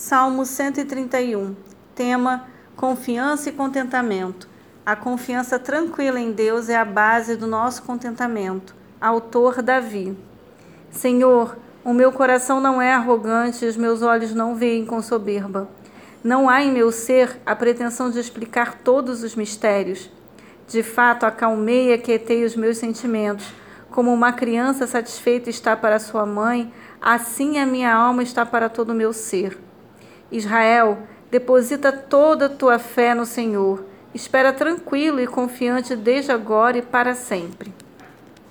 Salmo 131. Tema: confiança e contentamento. A confiança tranquila em Deus é a base do nosso contentamento. Autor Davi. Senhor, o meu coração não é arrogante e os meus olhos não veem com soberba. Não há em meu ser a pretensão de explicar todos os mistérios. De fato, acalmei e aquietei os meus sentimentos. Como uma criança satisfeita está para sua mãe, assim a minha alma está para todo o meu ser. Israel, deposita toda a tua fé no Senhor. Espera tranquilo e confiante desde agora e para sempre.